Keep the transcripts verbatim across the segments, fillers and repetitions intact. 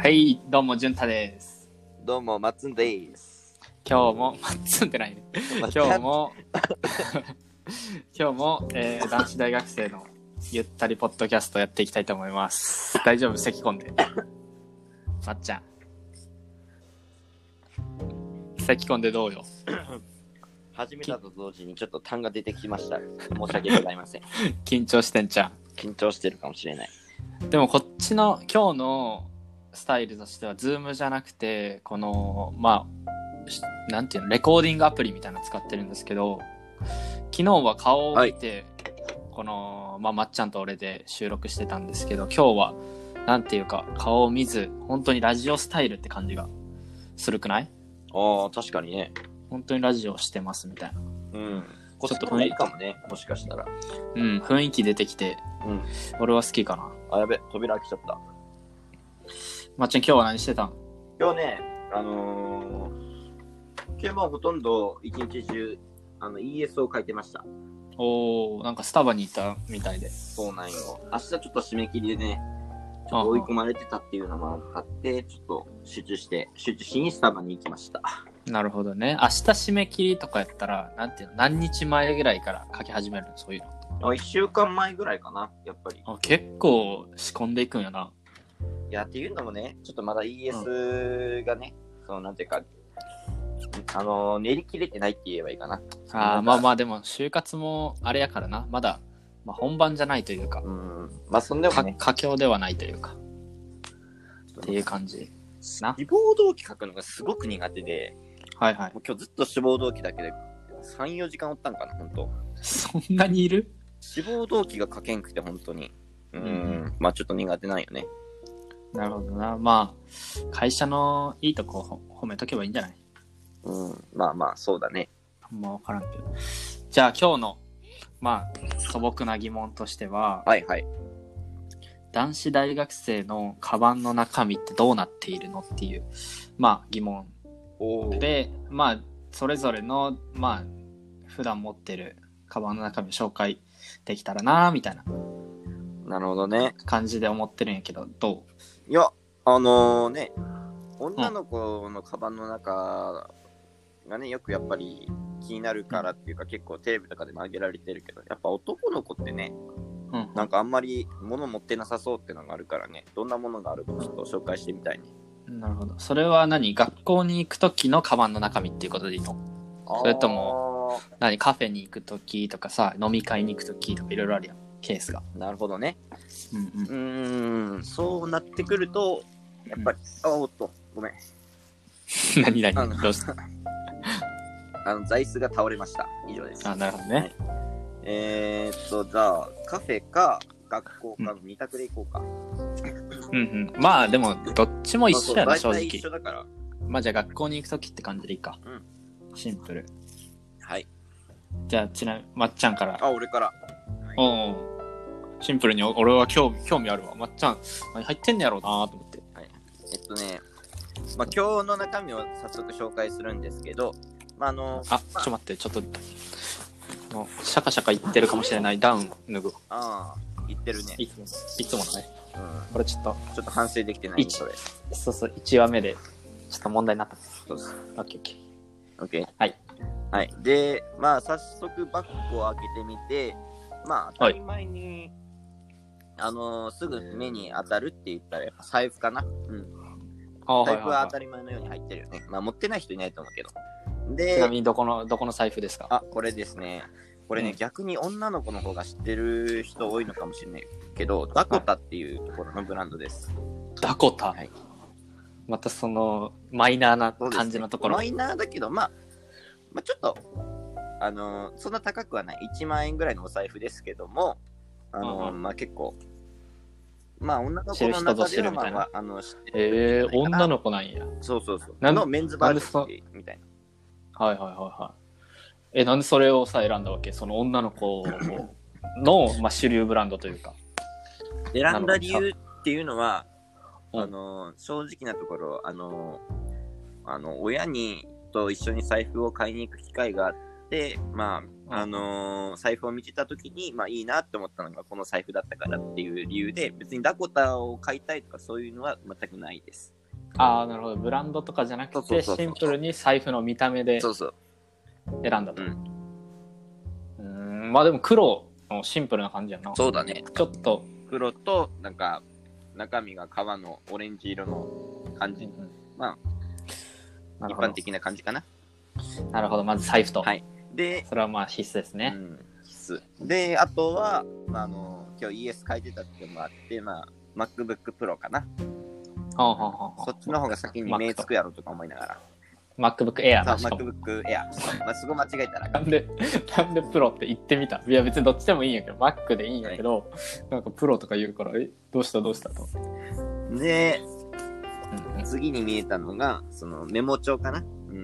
はい、どうも、じゅんたです。 どうも、まっつんです。 今日も、まっつんってないね。今日も、今日も、えー、男子大学生のゆったりポッドキャストやっていきたいと思います。大丈夫？咳込んで。まっちゃん。咳込んでどうよ。 始めたと同時にちょっと痰が出てきました。申し訳ございません。 緊張してんちゃん。 緊張してるかもしれない。 でもこっちの今日のスタイルとしてはズームじゃなくてこのまあなんていうのレコーディングアプリみたいなの使ってるんですけど、昨日は顔を見て、はい、このまあまっちゃんと俺で収録してたんですけど、今日はなんていうか顔を見ず本当にラジオスタイルって感じがするくない？ ああ確かにね。 本当にラジオしてますみたいな。 うん。ちょっと雰囲気かもね。もしかしたら。 うん、雰囲気出てきて、うん、俺は好きかな。 あ、やべ、扉開けちゃった。 まっちゃん今日は何してたん？ 今日ね、あのー、今日もほとんど一日中あの イーエス を書いてました。 おー、なんかスタバに行ったみたいで。 そうなんよ。明日ちょっと締め切りでね、ちょっと追い込まれてたっていうのもあって、ちょっと集中して集中しにスタバに行きました。 なるほどね。明日締め切りとかやったら、なんていうの、何日前ぐらいから書き始めるの、そういうの。 あ、いっしゅうかんまえぐらいかな、やっぱり。 あ、結構仕込んでいくんやな。 いや、っていうのもね、ちょっとまだ イーエス がね、うん、そのなんていうか、あの、練り切れてないって言えばいいかな。 ああ、まあまあでも、就活もあれやからな。まだ、まあ、本番じゃないというか。 うん。まあそんでもね。 佳境ではないというか。っていう感じ。 な。志望動機書くのがすごく苦手で。 はいはい。 もう今日ずっと志望動機だけでさん、よじかんおったんかな、ほんと。 そんなにいる？ 志望動機が書けんくて、ほんとに。うん。うん、まあちょっと苦手なんよね。 なるほどな。まあ、会社のいいとこ褒めとけばいいんじゃない？ うん。まあまあ、そうだね。 あんま分からんけど。じゃあ今日の、まあ、素朴な疑問としては、 はいはい。 男子大学生のカバンの中身ってどうなっているのっていう、まあ疑問。で、まあ、それぞれの、まあ、普段持ってるカバンの中身を紹介できたらなみたいな。 なるほどね。 感じで思ってるんやけど、どう？いや、あのー、ね、女の子のカバンの中がね、よくやっぱり気になるからっていうか、結構テレビとかでも上げられてるけど、やっぱ男の子ってね、うん、なんかあんまり物持ってなさそうってのがあるからね、どんなものがあるかちょっと紹介してみたいね。 なるほど。それは何？学校に行くときのカバンの中身っていうことでいいの？それとも何？カフェに行くときとかさ、飲み会に行くときとかいろいろあるやん、ケースが。 なるほどね。 うんうん。 うーん、そうなってくるとやっぱり、うん、あおっとごめん。 何何どうした？ あの座椅子が倒れました。以上です。 あ、なるほどね。はい、 えー、っとじゃあカフェか学校かの二択で行こうか。 うんうん。まあでもどっちも一緒やな、正直。 一緒だから。 まあじゃあ学校に行くときって感じでいいか。うん。シンプル。 はい。 じゃあちなみにまっちゃんから。 あ、俺から。 おう。シンプルに俺は興味興味あるわ。まっちゃん何入ってんねやろうなと思って。 はい。えっとね、まあ今日の中身を早速紹介するんですけど、まああの。 あ、まあ、ちょっと待って、ちょっと。もうシャカシャカ言ってるかもしれないダウン脱ぐ。 ああ、言ってるね。 いつもいつものね。 うん。 これちょっとちょっと反省できてないそれ。 そうそう、いちわめでちょっと問題になった。 そうです。 オッケーオッケー。オッケー。 はい。 はい。で、まあ早速バッグを開けてみて、まあ当たり前に、はい、あのー、すぐ目に当たるって言ったらやっぱ財布かな。うん。財布は当たり前のように入ってるよね。まあ持ってない人いないと思うけど。で、 ちなみにどこのどこの財布ですか？ あ、これですね。これね、うん、逆に女の子の方が知ってる人多いのかもしれないけど、ダコタっていうところのブランドです。 ダコタ、はい、またそのマイナーな感じのところ。 ね、マイナーだけど、まあ、まあ、ちょっと、あのー、そんな高くはない。いちまんえんぐらいのお財布ですけども、あのーうんうん、まあ結構、まあ女の子の中では、まあ、まあ、あの、知ってる。えー、女の子なんや。 そうそうそう。なんのメンズバージョンみたいな。はいはいはいはい。え、なんでそれをさ選んだわけ？その女の子の、まあ、主流ブランドというか。 選んだ理由っていうのは、あの、正直なところ、あの、あの、親にと一緒に財布を買いに行く機会があって、まあ、あのー、財布を見てた時に、まあいいなって思ったのがこの財布だったからっていう理由で、別にダコタを買いたいとかそういうのは全くないです。 ああ、なるほど。ブランドとかじゃなくて、 そうそうそうそうシンプルに財布の見た目でそうそう。 選んだと。 うん。 うーん、まあでも黒のシンプルな感じやな。 そうだね。 ちょっと、 黒と、なんか、中身が革のオレンジ色の感じ。まあ、一般的な感じかな。 なるほど。まず財布と。 はい。で、 それはまあ必須ですね。 うん、必須。で、あとは、まあ、あの、今日 イーエス 変えてたっていうのもあって、まあ、MacBook Pro かな。 はあはあはあ、 そっちの方が先に目つくやろとか思いながら。 MacBook Air さあ、 なしかも。 MacBook Air。まあ、すごい間違えたらなんで、なんでプロって言ってみた。いや別にどっちでもいいんやけど、Mac でいいんやけど、はい、なんかプロとか言うから、え、どうしたどうしたと。 で、 うんうん、 次に見えたのが、そのメモ帳かな。うん。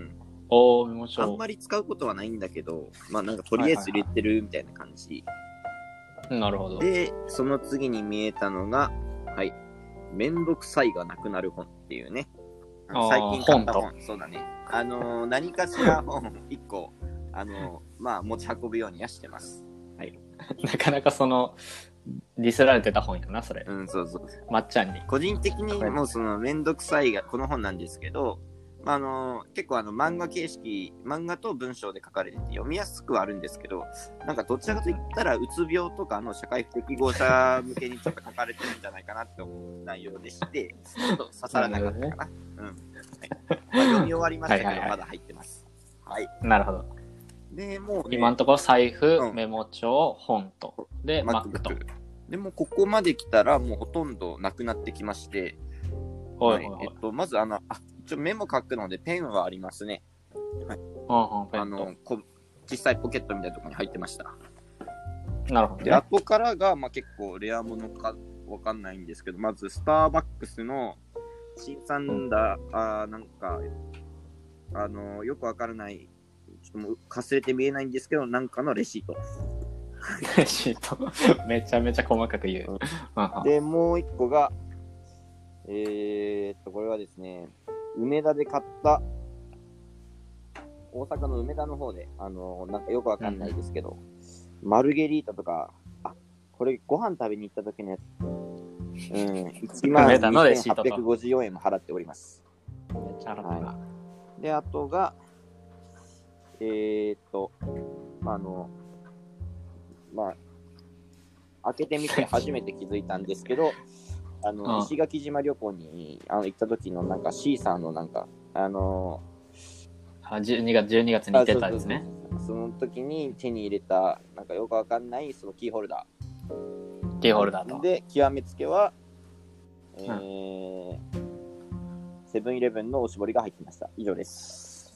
おー、メモ帳。 あんまり使うことはないんだけど、まあなんかとりあえず入れてるみたいな感じ。はいはいはい、なるほど。 で、その次に見えたのが、はい。めんどくさいがなくなる本っていうね。最近買った本。本そうだね。あのー、何かしら本いっこ、あのー、まあ持ち運ぶようにはしてます。はい。 なかなかその、ディスられてた本やな、それ。 うん、そうそう。 まっちゃんに。 個人的にもうそのめんどくさいがこの本なんですけど、まあ、あのー、結構あの漫画形式、漫画と文章で書かれてて読みやすくはあるんですけど、なんかどちらかといったらうつ病とかの社会不適合者向けにちょっと書かれてるんじゃないかなって思う内容でして、ちょっと刺さらなかったかな。うん。はい、まあ、読み終わりましたけど、はいはいはい、まだ入ってます。はい。 なるほど。 で、もう、ね、 今のところ財布、うん、メモ帳、本と。で、Mac と。 でもここまで来たらもうほとんどなくなってきまして、 はいはいはい、 えっと、まずあの、あ、一応メモ書くのでペンはありますね。はい。 ああ、 あの、こ小さいポケットみたいなところに入ってました。 なるほど、ね。 で、後からが、まあ、結構レアものかわかんないんですけど、まずスターバックスの新産だ、うん、あなんか、あの、よくわからない、ちょっともうかすれて見えないんですけど、なんかのレシート。 レシートめちゃめちゃ細かく言う。 うん、で、もう一個が、えー、っと、これはですね、梅田で買った、大阪の梅田の方で、あの、なんかよくわかんないですけど、うん、マルゲリータとか、あ、これご飯食べに行った時のやつ、うん、いちまんにせんはっぴゃくごじゅうよんえんも払っております。 めっちゃ払ったな。 はい。で、あとが、えー、っと、まあ、あの、まあ、開けてみて初めて気づいたんですけど、あの、石垣島旅行にあの行った時のなんかシーサーのなんか、あのー、じゅうにがつ、じゅうにがつに行ってたんですね。 そうそうそう。その時に手に入れた、なんかよくわかんないそのキーホルダー。キーホルダーと。 で、極めつけは、えー、セブンイレブンのおしぼりが入ってました。以上です。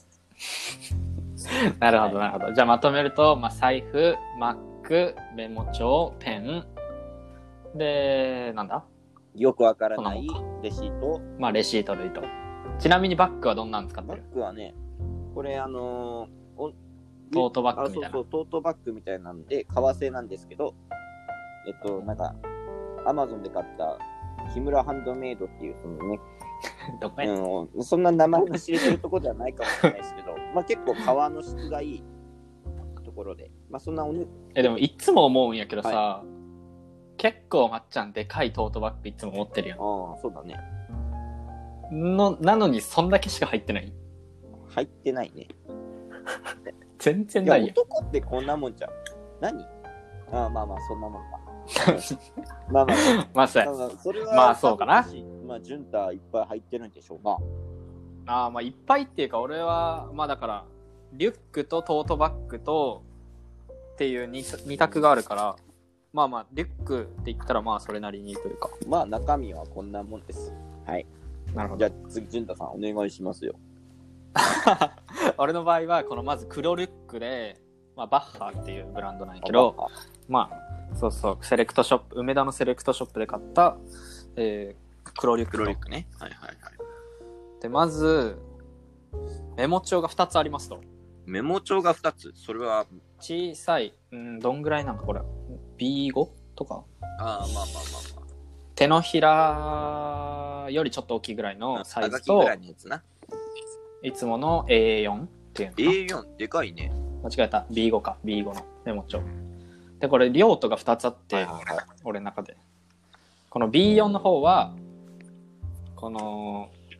なるほど、なるほど。じゃあまとめると、まあ、財布、Mac、メモ帳、ペン、で、なんだよくわからないレシート。 まあ、レシート類と。ちなみにバッグはどんなん使ってる？ バッグはね、これあのー、 トートバッグみたいな。 そうそう、トートバッグみたいなんで、革製なんですけど、えっと、なんか、アマゾンで買った木村ハンドメイドっていう、そのね、 どこや、 うん、そんな名前の知れてるところではないかもしれないですけど、まあ結構革の質がいいところで、まあそんなおね、 え、でもいつも思うんやけどさ、はい、結構まっちゃんでかいトートバッグいつも持ってるやん。 ああ、そうだね。 の、なのにそんだけしか入ってない？ 入ってないね。 全然ないやん。 いや、男ってこんなもんじゃん。何？ああ、まあまあ、そんなもんか。まあまあ、 まあそうや。 まあ、それはまあそうかな。 まあ、ジュンタいっぱい入ってるんでしょうか。 ああ、まあいっぱいっていうか、俺は、まあだから、リュックとトートバッグと、っていう 2, 二択があるから、まあまあ、リュックって言ったらまあそれなりにというか。 まあ中身はこんなもんです。はい。 なるほど。 じゃあ次、ジュンタさんお願いしますよ。 俺の場合は、このまず黒リュックで、まあバッハっていうブランドなんやけど、まあ、そうそう、セレクトショップ、梅田のセレクトショップで買った、えー、黒リュック。 黒リュックね。はいはいはい。 で、まず、メモ帳がふたつありますと。 メモ帳がふたつ？それは小さい、うん、どんぐらいなんかこれ ビーご とか。 ああ、まあまあまあまあ。 手のひらよりちょっと大きいぐらいのサイズと、 ぐらいのやつな。 いつもの エーよん っていうのか。 エーよん でかいね。 間違えた。ビーご か。ビーご のメモ帳。で、これ用途がふたつあって、はいはいはい、俺の中で。この ビーよん の方は、この、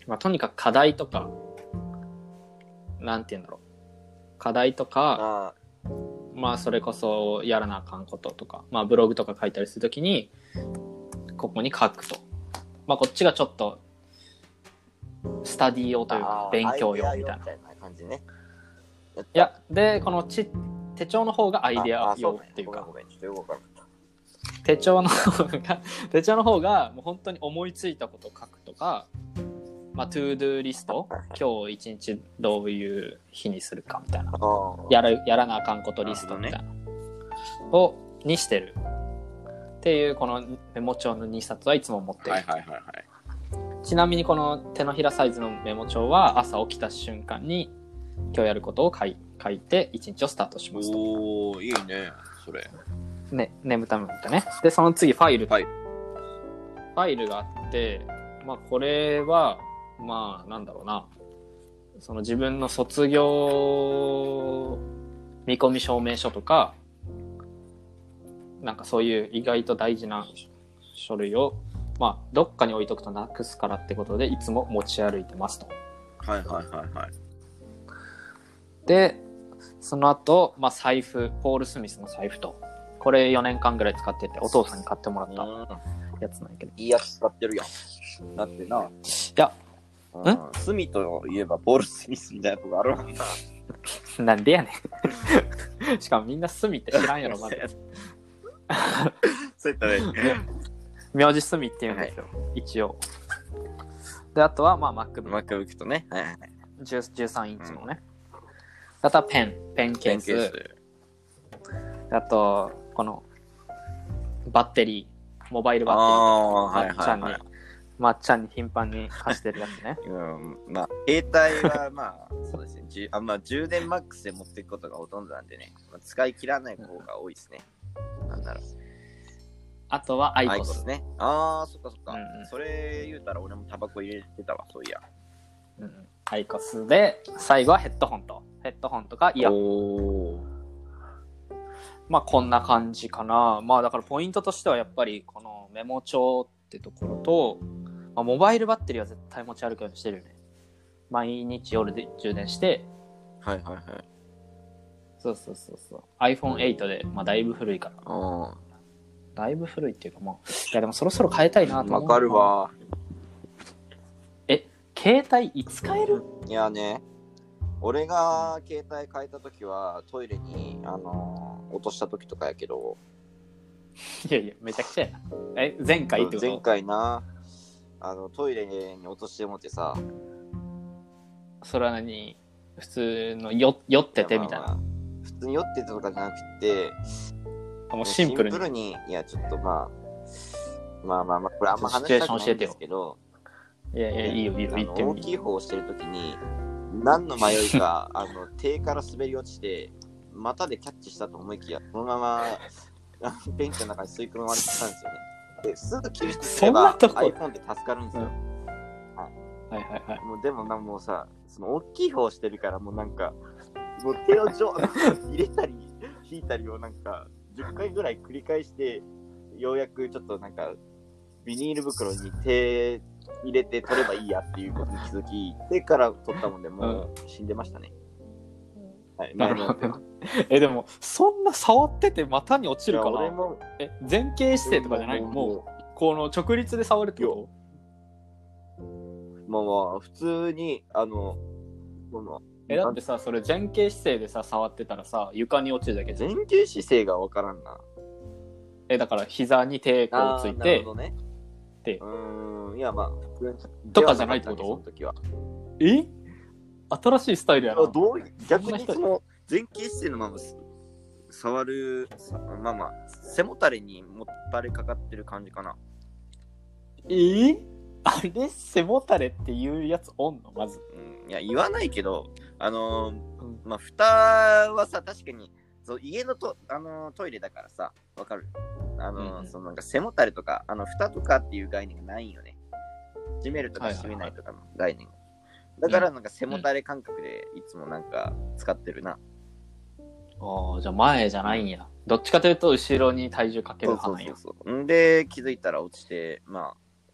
まあ、とにかく課題とか、なんて言うんだろう。課題とか、 あまあ、それこそやらなあかんこととか、まあ、ブログとか書いたりするときに、ここに書くと。まあ、こっちがちょっと、スタディ用というか、勉強用みたいな。 みたいな感じね。 いや、で、このち手帳の方がアイデア用っていうか、 ごめんごめんちょっとよくわかんなかっ手帳の方が、手帳の方が、もう本当に思いついたことを書くとか、まあ、トゥードゥーリスト、今日一日どういう日にするかみたいな、 た。あやらやらなあかんことリストみたいな、をにしてるっていうこのメモ帳のにさつはいつも持ってる。 はいはいはいはい。 ちなみにこの手のひらサイズのメモ帳は朝起きた瞬間に今日やることを書い書いて一日をスタートしますと。 おー、いいね、それ。 ね、眠たむってね。で、その次ファイル。 ファイル。 ファイルがあって、まあこれは、まあなんだろうな。その自分の卒業見込み証明書とか、なんかそういう意外と大事な書類を、まあどっかに置いとくとなくすからってことで、いつも持ち歩いてますと。 はいはいはいはい。 で、その後、まあ財布、ポール・スミスの財布と。これよねんかんぐらい使ってて、お父さんに買ってもらったやつなんやけど。 いいやつ使ってるやん。だってな。 いや、 うん、スミといえばポール・スミスみたいなとこあるもんな。 なんでやねん。しかもみんなスミって知らんやろ、まだ。 そういったね。 名字スミって言うんですよ、はい、一応。で、あとは、まあ、MacBook。 MacBook とね。はいはい。 じゅうさんインチのね。うん、あとはペン、ペンケース。ペンケース。あと、この、バッテリー、モバイルバッテリー。 ああ、はいはいはい。 まっちゃんに頻繁に貸してるやつね。 うん、まあ、携帯はまあ、そうですね。じゅあまあ、充電マックスで持っていくことがほとんどなんでね、まあ、使い切らない方が多いですね。うん、なんだろう。 あとはアイコス。 ね。ああ、そっかそっか、 うんうん。 それ言うたら俺もタバコ入れてたわ、そういや。 うん、アイコスで、最後はヘッドホンと。ヘッドホンとかイヤホン。 おー。 まあこんな感じかな。まあだからポイントとしてはやっぱりこのメモ帳ってところと、まあ、モバイルバッテリーは絶対持ち歩くようにしてるよね。毎日夜で充電して。 はいはいはい。 そうそうそうそう。アイフォンエイト で、まあだいぶ古いから。 あだいぶ古いっていうかまあ、いやでもそろそろ変えたいなと思う。 わかるわ。 え、携帯いつ変える？ いやね、俺が携帯変えたときはトイレに、あのー、落としたときとかやけど。 いやいや、めちゃくちゃやな。え、前回ってこと？ 前回な、あの、トイレに落としてもってさ。 それは何？普通のよ酔っててみたいな。まあまあ、 普通に酔っててとかじゃなくて、 もうシンプルに。 シンプルに、いや、ちょっとまあ、まあまあまあ、これあんま話したくないんですけど、 いやいや、いいよいいよ、言ってみ。 大きい方をしてるときに、何の迷いか、あの、手から滑り落ちて、股でキャッチしたと思いきや、そのまま、ペンキの中に吸い込まれてたんですよね。で、すぐ救出すれば iPhone って助かるんですよ。うん、 はい、はいはいはい。 もうでもな、もうさ、その大きい方をしてるから、もうなんか、もう手を入れたり、引いたりをなんか、じゅっかいぐらい繰り返して、ようやくちょっとなんか、ビニール袋に手入れて取ればいいやっていうことに気づき、手から取ったもんでもう死んでましたね。 うん、はい、なるほど。え、でも、そんな触ってて股に落ちるかな？ 俺もえ、前傾姿勢とかじゃないの？もう、この直立で触るってこと？ まあまあ、普通に、あの、この、 え、だってさ、それ前傾姿勢でさ、触ってたらさ、床に落ちるだけじゃん。 前傾姿勢がわからんな。 え、だから膝に手こうついて、 なるほどね。 で、 うーん、いやまあ、 とかじゃないってこと？ その時は。 え？新しいスタイルやな。 どう逆にその前傾姿勢のまま触る、まあまあ、背もたれにもたれかかってる感じかな。 えー、あれ背もたれっていうやつおんのまず。 うん、いや、言わないけど、あのー、うん、まあ、蓋はさ、確かに、そう家のと、あのー、トイレだからさ、わかる？あのーうん、そのなんか背もたれとか、あの、蓋とかっていう概念がないよね。閉めるとか閉めないとかの概念が。だからなんか背もたれ感覚でいつもなんか使ってるな。 うん、ああ、じゃあ前じゃないんや。どっちかというと後ろに体重かける派なんや。 そうそうそうそう。んで、気づいたら落ちて、まあ、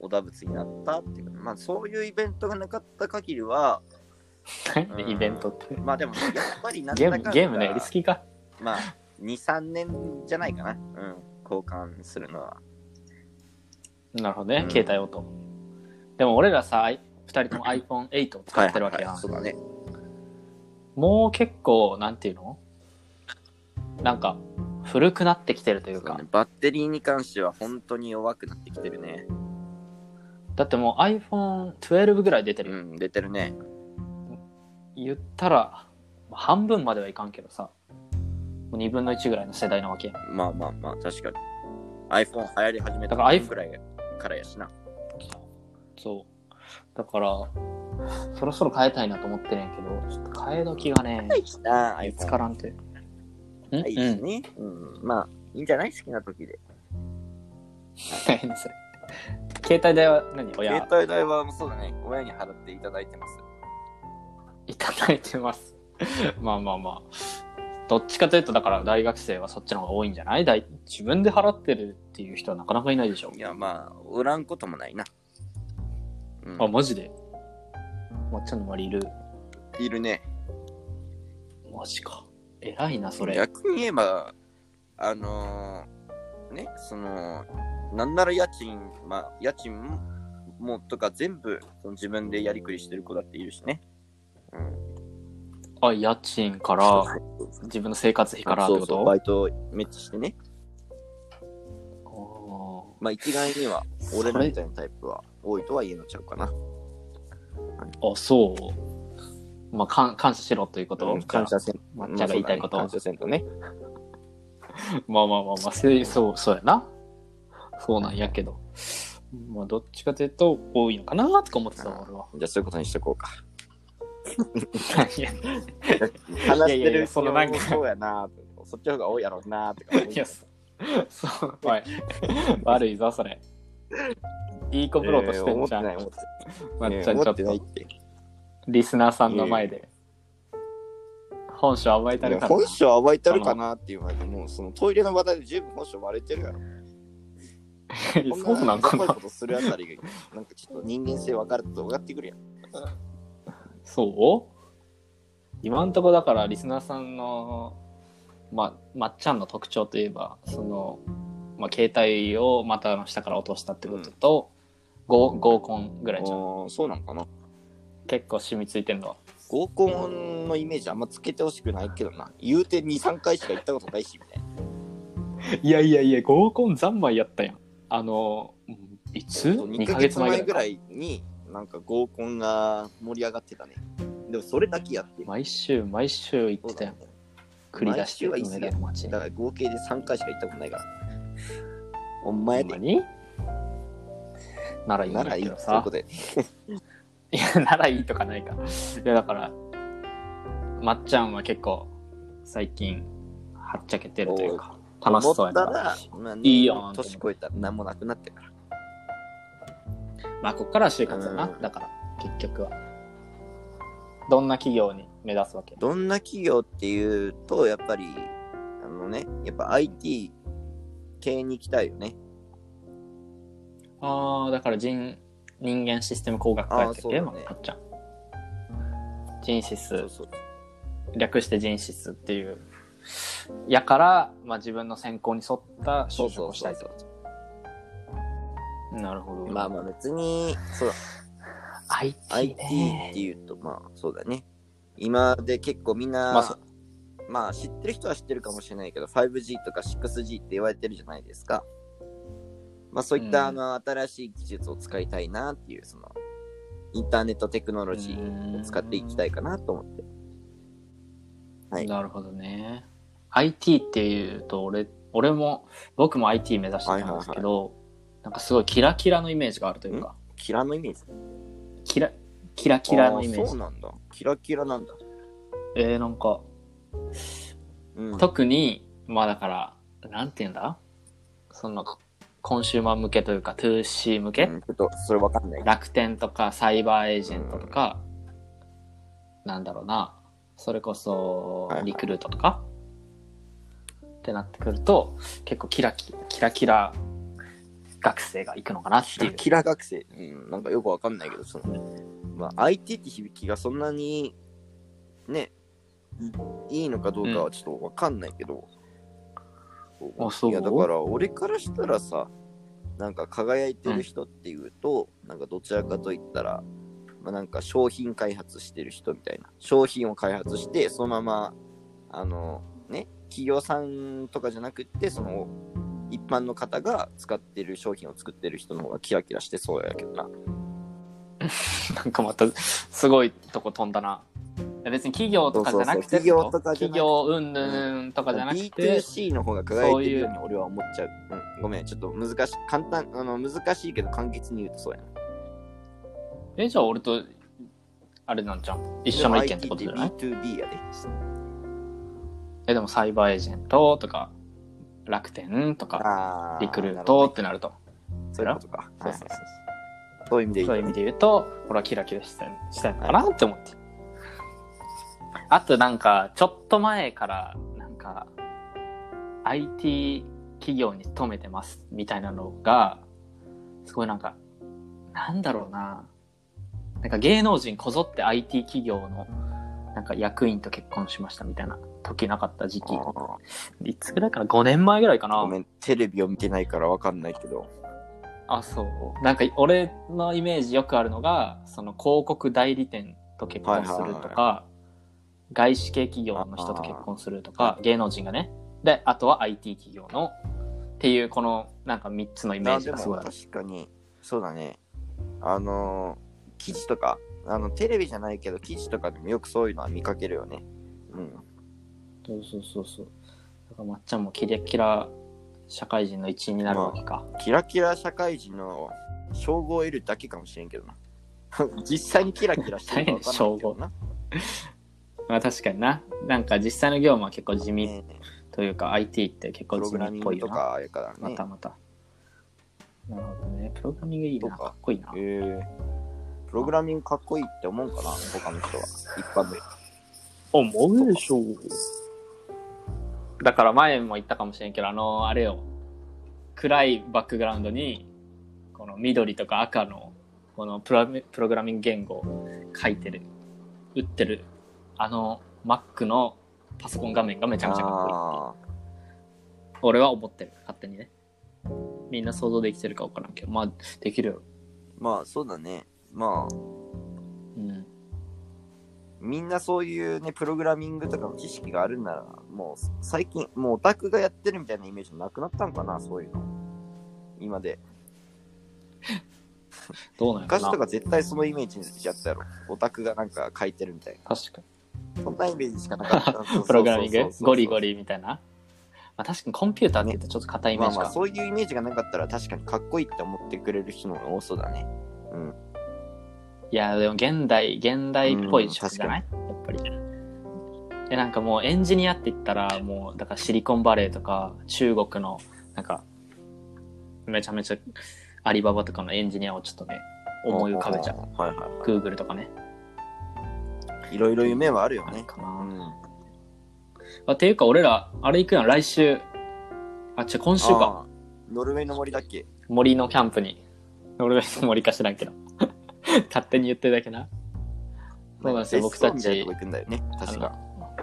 小田仏になったっていうか、まあそういうイベントがなかった限りは、 でイベントって。 まあでもやっぱりなんゲーム、 だかんだゲームのやりすぎか。 まあに、さんねんじゃないかな。うん。交換するのは。 なるほどね、 うん携帯音。でも俺らさ、ふたりとも アイフォンエイト を使ってるわけやん。 はいはいはい、そうだね。 もう結構、なんていうのなんか、古くなってきてるというか。 そうね、バッテリーに関しては本当に弱くなってきてるね。 だってもう アイフォンじゅうに ぐらい出てるよ。 うん、出てるね。 言ったら、半分まではいかんけどさ、もうにぶんのいちぐらいの世代なわけ。 まあまあまあ、確かに。iPhone 流行り始めただから iPhone ぐらいからやしな。 そう。だから、そろそろ変えたいなと思ってるんやけど、ちょっと変え時がね、 いいしな、 見 iPhone。 つからんて。んいいしね。うん、まあ、いいんじゃない好きな時で。 何それ。携帯代は何親携帯代はそうだね、親に払っていただいてます。 いただいてます。まあまあまあ。どっちかというと、だから大学生はそっちの方が多いんじゃないだい自分で払ってるっていう人はなかなかいないでしょ。 いや、まあ、おらんこともないな。うん、 あ、マジでまっちゃんの周りいる。 いるね。 マジか。偉いな、それ。 逆に言えば、あのー、ね、その、なんなら家賃、まあ、家賃もとか全部その自分でやりくりしてる子だっているしね。うん。 あ、家賃から自分の生活費からってこと？ そうそう、バイトめっちゃしてね。 あーまあ一概には俺らみたいなタイプは多いとは言えのちゃうかな。 あ、そう。まあ、かん感謝しろということ、 うん、感謝せん。 まっちゃんが言いたいこと。 まあそうだね、感謝せんとね。 まあまあまあまあ、せそう、そうやな。そうなんやけど。まあ、どっちかというと多いのかなとか思ってたわ、俺は。 じゃあそういうことにしとこうか。 いや、 話してるそのなんかそうやな、そっちの方が多いやろうなとか思い。 いや、そう、おい、悪いぞ、それ。いい子プロとしてんじゃん。 えー、思ってまない、 っちゃんちょっと、リスナーさんの前で、本性暴いたるから。 本性暴いたるかなっていう前でもう、そのトイレの話題で十分本性割れてるやろ。 そうなんかな。 こんなことするあたりが、なんかちょっと人間性分かると分かってくるやん。 そう今んとこだからリスナーさんのままっちゃんの特徴といえばその、まあ、携帯を股の下から落としたってことと、うん、合コンぐらいじゃん。 そうなんかな。 結構染みついてんのは合コンのイメージあんまつけてほしくないけどな。言うてに、さんかいしか行ったことないしみたいな。 いやいやいや合コン三昧やったやん。あのいつにかげつまえぐらいになんか合コンが盛り上がってたね。でもそれだけやって毎週毎週行ってたやん。繰り出して梅田の街に。だから合計でさんかいしか行ったことないから。お前でにならいいんだけどさ。 ならいいそういうことで。 いやならいいとかないか。いやだからまっちゃんは結構最近はっちゃけてるというか楽しそうやから。 まあね、 いいよ。 年越えたら何もなくなってから。 まあこっからは就活だな、うん、だから結局はどんな企業に目指すわけ？ どんな企業っていうとやっぱりあのねやっぱ アイティー 系に行きたいよね。 ああだから人人間システム工学科やったっけ、まっちゃん。人シスそうそう略して人シスっていうやから、まあ、自分の専攻に沿った就職をしたいと。なるほど。 まあまあ別にそうだアイティーアイティー っていうとまあそうだね。今で結構みんな、まあ、まあ知ってる人は知ってるかもしれないけど ファイブジー とか シックスジー って言われてるじゃないですか。まあそういった、うん、あの新しい技術を使いたいなっていうそのインターネットテクノロジーを使っていきたいかなと思って。 はい。なるほどね。アイティー っていうと俺俺も僕も アイティー 目指してたんですけど、はいはいはい、なんかすごいキラキラのイメージがあるというか。 キラのイメージ？ キラキラキラのイメージ。 そうなんだ。キラキラなんだ。 えー、なんか、うん、特にまあだからなんていうんだ、そのコンシューマー向けというか ツーシー 向け、うん、 ちょっとそれわかんない。 楽天とかサイバーエージェントとか、うん、なんだろうな、それこそリクルートとか、はいはい、ってなってくると結構キラキラキラキラ学生が行くのかなっていう。 キラ学生、うん、なんかよくわかんないけど、そのね、まあ アイティー って響きがそんなにね、いいのかどうかはちょっとわかんないけど、 うん、あ、そう。 いやだから俺からしたらさ、なんか輝いてる人っていうと、うん、なんかどちらかといったら、まあ、なんか商品開発してる人みたいな、商品を開発してそのままあのね、企業さんとかじゃなくってその一般の方が使ってる商品を作ってる人の方がキラキラしてそうやけどな。 なんかまたすごいとこ飛んだな。別に企業とかじゃなくて、 企業とか企業うんぬんとかじゃなくて、 ビーツーシー の方が輝いてるように俺は思っちゃう。う、うん、ごめん、ちょっと難しい、簡単、あの難しいけど簡潔に言うとそうやな。 え、じゃあ俺とあれなんじゃん、一緒の意見ってことじゃない？ ビーツービー やで。 え、でもサイバーエージェントとか楽天とかリクルートってなると、 そういうことか。 そうそうそう。 そういう意味で言う。 そういう意味で言うと、俺はキラキラしたいしたいのかなって思って。あとなんかちょっと前からなんか アイティー 企業に勤めてますみたいなのがすごいなんかなんだろうな、なんか芸能人こぞって アイティー 企業のなんか役員と結婚しましたみたいな時なかった時期、いつぐらいかな、ごねんまえぐらいかな。 ごめん、テレビを見てないからわかんないけど。 あ、そう。なんか俺のイメージよくあるのが、その広告代理店と結婚するとか、はいはいはい、外資系企業の人と結婚するとか、芸能人がね。で、あとは アイティー 企業のっていうこのなんかみっつのイメージがすごいある。 確かに、そうだね。あのー、記事とか、あのテレビじゃないけど記事とかでもよくそういうのは見かけるよね。うん。 そうそうそうそう。だからまっちゃんもキラキラ社会人の一員になるわけか。 まあ、キラキラ社会人の称号を得るだけかもしれんけどな。実際にキラキラしてるか分からないけどな。 まあ確かにな。なんか実際の業務は結構地味というか、ね、アイティー って結構地味っぽいよな。 プログラミングとかやからね。 またまた。なるほどね。プログラミングいいな。かっこいいな。 へえ。プログラミングかっこいいって思うかな、他の人は。一般で。 思うでしょう。だから前も言ったかもしれんけど、あの、あれよ。暗いバックグラウンドに、この緑とか赤の、このプロ、プログラミング言語を書いてる、打ってる、あの Mac のパソコン画面がめちゃめちゃかっこいい。俺は思ってる、勝手にね。みんな想像できてるか分からんけど、まあ、できるよ。 まあ、そうだね。まあ、 うん。 みんなそういうね、プログラミングとかの知識があるんなら、もう最近、もうオタクがやってるみたいなイメージなくなったんかな、そういうの。今で。 どうなんやろな。 昔とか絶対そのイメージやったやろ。オタクがなんか書いてるみたいな。 確かに。そんなイメージしかなかった。 プログラミングゴリゴリみたいな。まあ、確かにコンピューターって言うとちょっと硬いイメージか、ね。 まあまあそういうイメージがなかったら確かにかっこいいって思ってくれる人の方が多そうだね。うん。 いやでも現代現代っぽい職じゃない？やっぱり。でなんかもうエンジニアって言ったらもうだからシリコンバレーとか中国のなんかめちゃめちゃアリババとかのエンジニアをちょっとね思い浮かべちゃう。 はいはいはい。 Google とかね。 いろいろ夢はあるよね。 かな。うん。あっていうか俺らあれ行くやん来週。あ違う今週か。 ノルウェーの森だっけ？ 森のキャンプに。ノルウェーの森か知らんけど。勝手に言ってるだけな。そうなんですよ、僕たち。 行くんだよね、確か。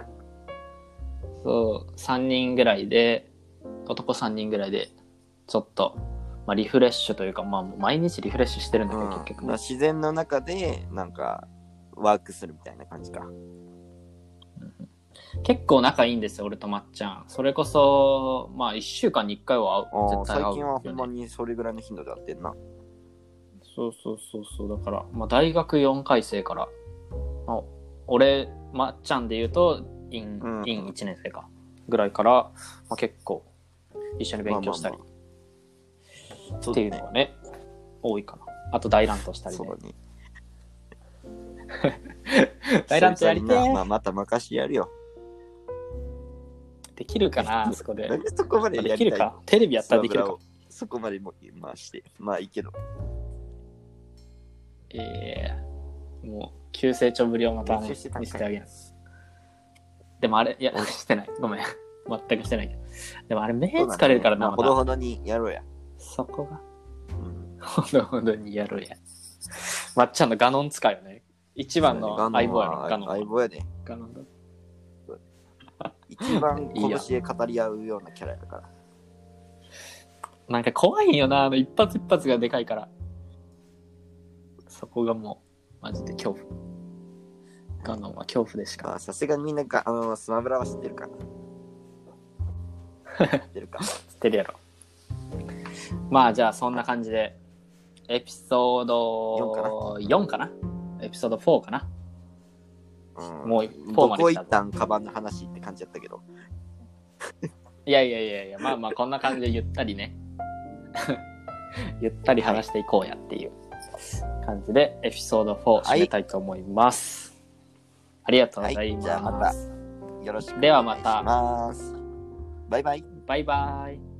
そう、さんにんぐらいで、男さんにんぐらいで、ちょっと、まあ、リフレッシュというか、まあ、毎日リフレッシュしてるんだけど、うん、結局。 自然の中で、なんか、ワークするみたいな感じか。うん、 結構仲いいんですよ、俺とまっちゃん。それこそ、まあ、いっしゅうかんにいっかいは会う。 絶対会う、ね。最近はほんまにそれぐらいの頻度で会ってんな。 そうそうそうそう。だから、まあ、大学よんかい生から、まあ、俺、まっちゃんで言うと、院、うん、院いちねん生か。ぐらいから、まあ、結構、一緒に勉強したり。まあまあまあ、っていうのがね、多いかな。あと、大乱闘したりね。そうね。大乱闘やりてー。 まあ、また昔やるよ。 できるかな、あそこで。 なんでそこまでやりたい？ できるか？テレビやったらできるか？ そこまでも回して。まあいいけど。 ええー、もう急成長ぶりをまた、ね、見せてあげる。でもあれいやしてないごめん全くしてないけどでもあれ目疲れるからな、 まあ、ほどほどにやろうや。 そこがうん。 ほどほどにやろうや。まっちゃんのガノン使いよね。一番の相棒やろ、ガノンは。 相棒やで。 ガノンだ。 一番いいや拳で語り合うようなキャラやから。 なんか怖いんよな、あの一発一発がでかいから。そこがもう、マジで恐怖。ガノンは恐怖でしか。 まあ、さすがにみんなが、あの、スマブラは知ってるかな。知ってるか。 知ってるやろ。まあじゃあそんな感じで、エピソードよんかなエピソードよんかな、 うん、 もうどよんまで来たこ行ったんカバンの話って感じやったけど。 いやいやいやいや、まあまあこんな感じでゆったりね。ゆったり話していこうやっていう感じで、エピソードよん締めたいと思います。はい、ありがとうございます。 はい、じゃあまたよろしくおではま願いします。 た。 バイバイ。 バイバイ。